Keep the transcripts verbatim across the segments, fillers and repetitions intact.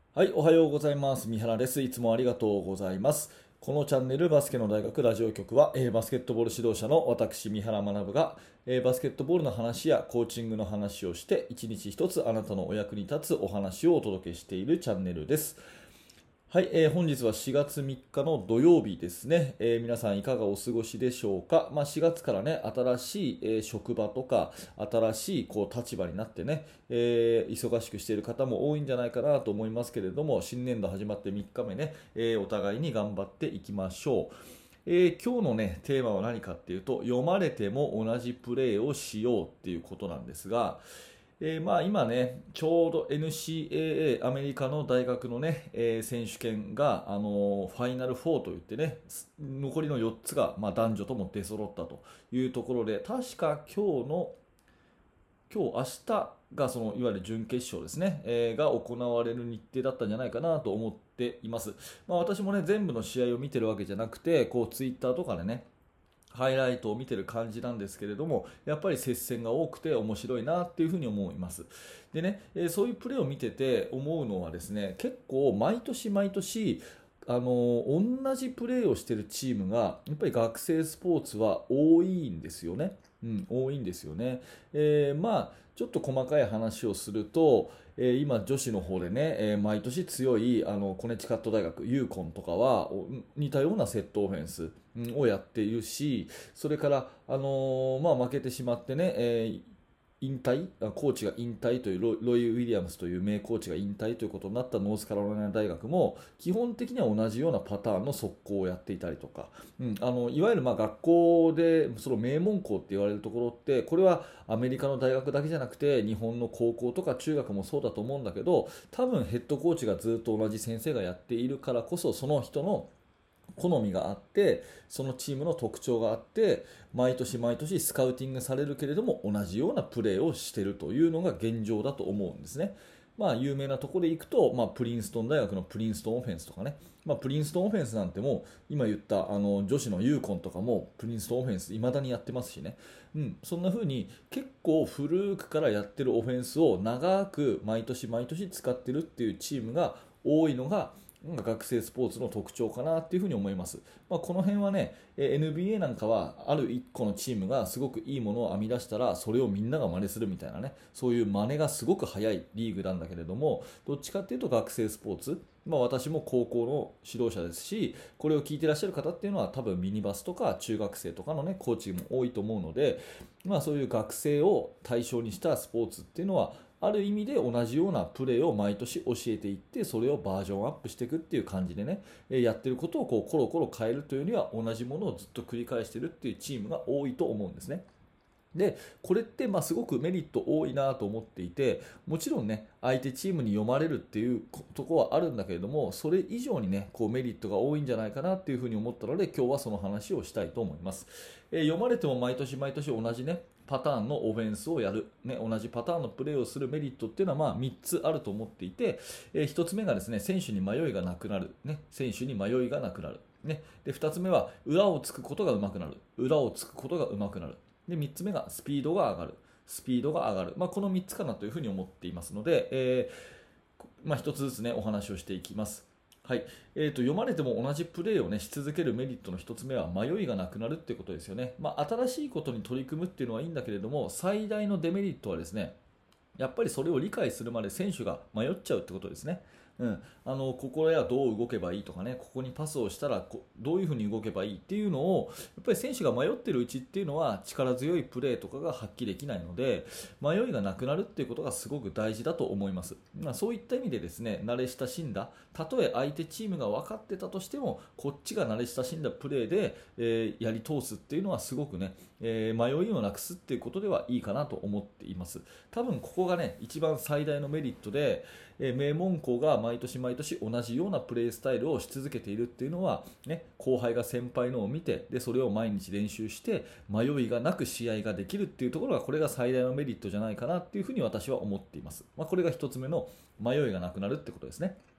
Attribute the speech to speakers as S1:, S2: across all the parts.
S1: はい、おはようございます。三原です。いつもありがとうございます。このチャンネルバスケの大学ラジオ局は、えーバスケットボール指導者の私、三原学が、えーバスケットボールの話やコーチングの話をして、一日一つあなたのお役に立つお話をお届けしているチャンネルです。はい、えー本日はしがつみっかの土曜日ですね、えー皆さんいかがお過ごしでしょうか。まあ、しがつからね、新しい、えー職場とか、新しいこう立場になってね、えー忙しくしている方も多いんじゃないかなと思いますけれども、新年度始まってみっかめね、えーお互いに頑張っていきましょう。えー今日のね、テーマは何かっていうと、読まれても同じプレーをしようっていうことなんですが、えーまあ今ね、ちょうど エヌシーエーエー、アメリカの大学のね、えー選手権が、あのーファイナルフォーといってね、す残りのよっつが、まあ、男女とも出揃ったというところで、確か今日の、今日明日がそのいわゆる準決勝ですね、えーが行われる日程だったんじゃないかなと思っています。まあ、私もね、全部の試合を見てるわけじゃなくて、こうツイッターとかでね、ハイライトを見てる感じなんですけれども、やっぱり接戦が多くて面白いなっていうふうに思います。でね、えーそういうプレーを見てて思うのはですね、結構毎年毎年、あのー同じプレーをしてるチームが、やっぱり学生スポーツは多いんですよね。うん、多いんですよね。えーまあ、ちょっと細かい話をすると、えー今、女子の方でね、えー毎年強いあのコネチカット大学、ユーコンとかはお似たようなセットオフェンスうんをやっているし、それから、あのーまあ、負けてしまってね、えー引退、あコーチが引退というロイ、ロイ・ウィリアムスという名コーチが引退ということになったノースカロライナ大学も基本的には同じようなパターンの速攻をやっていたりとか、うん、あのいわゆるまあ学校でその名門校って言われるところってこれはアメリカの大学だけじゃなくて日本の高校とか中学もそうだと思うんだけど、多分ヘッドコーチがずっと同じ先生がやっているからこそその人の好みがあってそのチームの特徴があって毎年毎年スカウティングされるけれども同じようなプレーをしているというのが現状だと思うんですね。まあ、有名なところでいくと、まあ、プリンストン大学のプリンストンオフェンスとかね、まあ、プリンストンオフェンスなんてもう今言ったあの女子のユーコンとかもプリンストンオフェンス未だにやってますしね、うん、そんな風に結構古くからやってるオフェンスを長く毎年毎年使ってるっていうチームが多いのが学生スポーツの特徴かなっていうふうに思います。まあ、この辺はね、エヌビーエー なんかはある一個のチームがすごくいいものを編み出したらそれをみんなが真似するみたいなね、そういう真似がすごく早いリーグなんだけれども、どっちかっていうと学生スポーツ、まあ、私も高校の指導者ですし、これを聞いてらっしゃる方っていうのは多分ミニバスとか中学生とかのねコーチも多いと思うので、まあ、そういう学生を対象にしたスポーツっていうのはある意味で同じようなプレーを毎年教えていってそれをバージョンアップしていくっていう感じでねやってることをこうコロコロ変えるというよりは同じものをずっと繰り返しているっていうチームが多いと思うんですね。でこれってまあすごくメリット多いなと思っていて、もちろんね相手チームに読まれるっていうところはあるんだけれども、それ以上にねこうメリットが多いんじゃないかなっていうふうに思ったので今日はその話をしたいと思います。えー読まれても毎年毎年同じねパターンのオフェンスをやる、ね、同じパターンのプレーをするメリットっていうのはまあみっつあると思っていて、えーひとつめがですね選手に迷いがなくなる、ね、選手に迷いがなくなる、ね、でふたつめは裏をつくことが上手くなる、裏をつくことが上手くなる、でみっつめがスピードが上がる、スピードが上がる、まあ、このみっつかなというふうに思っていますので、えーまあ、ひとつずつねお話をしていきます。はい、えーと、読まれても同じプレーを、ね、し続けるメリットの一つ目は迷いがなくなるっていうことですよね。まあ、新しいことに取り組むっていうのはいいんだけれども、最大のデメリットはですね、やっぱりそれを理解するまで選手が迷っちゃうってことですね。うん、あのここへはどう動けばいいとかね、ここにパスをしたらこどういうふうに動けばいいっていうのをやっぱり選手が迷っているうちっていうのは力強いプレーとかが発揮できないので、迷いがなくなるっていうことがすごく大事だと思います。まあ、そういった意味でですね、慣れ親しんだ、たとえ相手チームが分かってたとしてもこっちが慣れ親しんだプレーで、えーやり通すっていうのはすごくね、えー迷いをなくすっていうことではいいかなと思っています。多分ここがね一番最大のメリットで、えー名門校が毎年毎年同じようなプレースタイルをし続けているっていうのは、ね、後輩が先輩のを見てでそれを毎日練習して迷いがなく試合ができるっていうところがこれが最大のメリットじゃないかなっていうふうに私は思っています。まあ、これが一つ目の迷いがなくなるってことですね。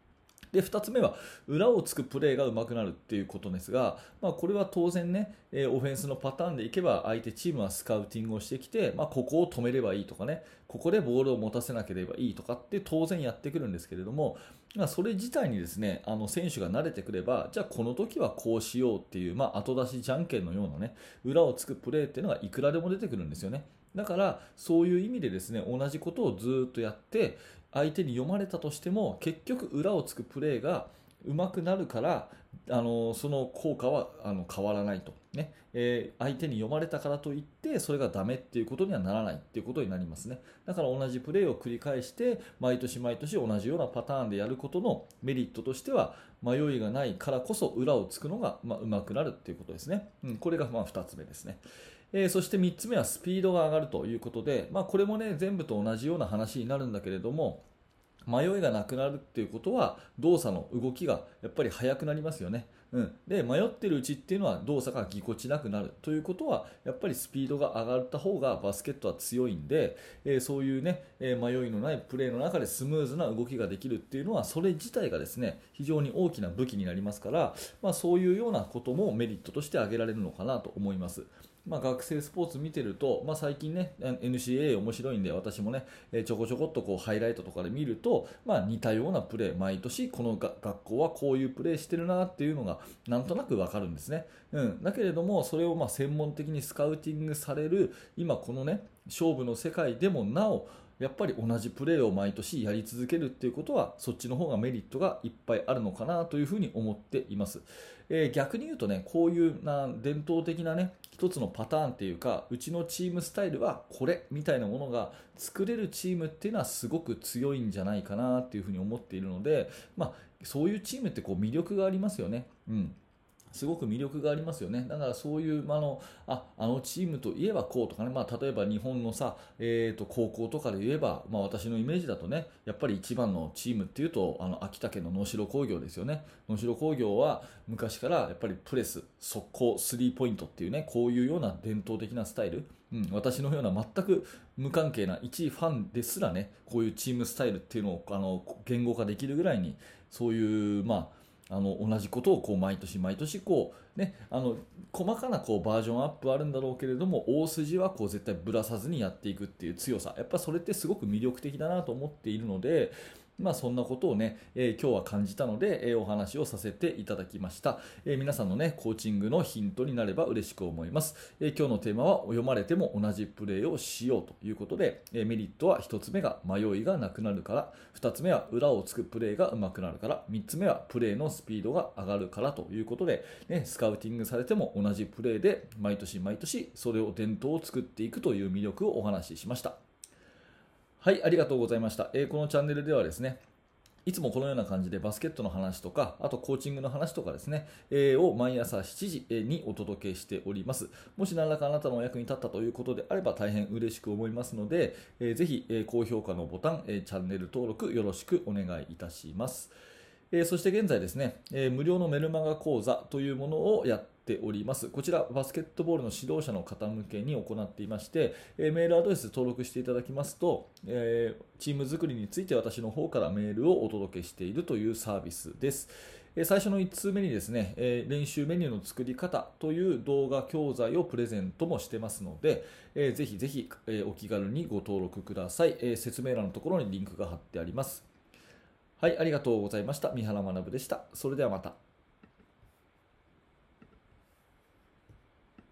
S1: でふたつめは裏をつくプレーが上手くなるっていうことですが、まあ、これは当然ね、えーオフェンスのパターンでいけば相手チームはスカウティングをしてきて、まあ、ここを止めればいいとかね、ここでボールを持たせなければいいとかって当然やってくるんですけれども、まあ、それ自体にですね、あの選手が慣れてくれば、じゃあこの時はこうしようっていう、まあ、後出しじゃんけんのようなね、裏をつくプレーっていうのがいくらでも出てくるんですよね。だからそういう意味でですね、同じことをずっとやって相手に読まれたとしても結局裏をつくプレーが上手くなるから、あのその効果はあの変わらないと、ねえー相手に読まれたからといってそれがダメっていうことにはならないっていうことになりますね。だから同じプレーを繰り返して毎年毎年同じようなパターンでやることのメリットとしては、迷いがないからこそ裏をつくのが、まあ、上手くなるっていうことですね。うん、これがまあふたつめですね。えーそしてみっつめはスピードが上がるということで、まあ、これもね全部と同じような話になるんだけれども、迷いがなくなるっていうことは動作の動きがやっぱり速くなりますよね。うん、で迷ってるうちっていうのは動作がぎこちなくなるということはやっぱりスピードが上がった方がバスケットは強いんで、えーそういうね、えー迷いのないプレーの中でスムーズな動きができるっていうのはそれ自体がですね非常に大きな武器になりますから、まあ、そういうようなこともメリットとして挙げられるのかなと思います。まあ、学生スポーツ見てると、まあ、最近ね エヌシーエーエー 面白いんで私もねえーちょこちょこっとこうハイライトとかで見ると、まあ、似たようなプレー毎年このが学校はこういうプレーしてるなっていうのがなんとなくわかるんですね、うん、だけれどもそれをまあ専門的にスカウティングされる今このね勝負の世界でもなおやっぱり同じプレーを毎年やり続けるっていうことはそっちの方がメリットがいっぱいあるのかなというふうに思っています、えー逆に言うとねこういうな伝統的なね一つのパターンっていうかうちのチームスタイルはこれみたいなものが作れるチームっていうのはすごく強いんじゃないかなっていうふうに思っているので、まあ、そういうチームってこう魅力がありますよね。うんすごく魅力がありますよね。だからそういう、まああの、あ、あのチームといえばこうとかね、まあ、例えば日本のさ、えーと、高校とかで言えば、まあ、私のイメージだとね、やっぱり一番のチームっていうと、あの秋田県の能代工業ですよね。能代工業は昔からやっぱりプレス、速攻、スリーポイントっていうね、こういうような伝統的なスタイル、うん、私のような全く無関係な一ファンですらね、こういうチームスタイルっていうのをあの言語化できるぐらいに、そういう、まあ、あの同じことをこう毎年毎年こう、ね、あの細かなこうバージョンアップはあるんだろうけれども大筋はこう絶対ぶらさずにやっていくっていう強さやっぱそれってすごく魅力的だなと思っているので、まあ、そんなことをね、えー今日は感じたので、えーお話をさせていただきました、えー皆さんのねコーチングのヒントになれば嬉しく思います、えー今日のテーマは読まれても同じプレーをしようということで、えーメリットはひとつめが迷いがなくなるからふたつめは裏をつくプレーが上手くなるからみっつめはプレーのスピードが上がるからということで、ね、スカウティングされても同じプレーで毎年毎年それを伝統を作っていくという魅力をお話ししました。はい、ありがとうございました。えーこのチャンネルではですね、いつもこのような感じでバスケットの話とか、あとコーチングの話とかですね、えーを毎朝しちじにお届けしております。もし何らかあなたのお役に立ったということであれば大変嬉しく思いますので、えーぜひ、えー高評価のボタン、えーチャンネル登録よろしくお願いいたします。えーそして現在ですね、えー無料のメルマガ講座というものをやっております。こちら、バスケットボールの指導者の方向けに行っていまして、えーメールアドレス登録していただきますと、えーチーム作りについて私の方からメールをお届けしているというサービスです。えー最初のいち通目にですね、えー練習メニューの作り方という動画教材をプレゼントもしてますので、えーぜひぜひ、えーお気軽にご登録ください。えー説明欄のところにリンクが貼ってあります。はい、ありがとうございました。三原学でした。それではまた。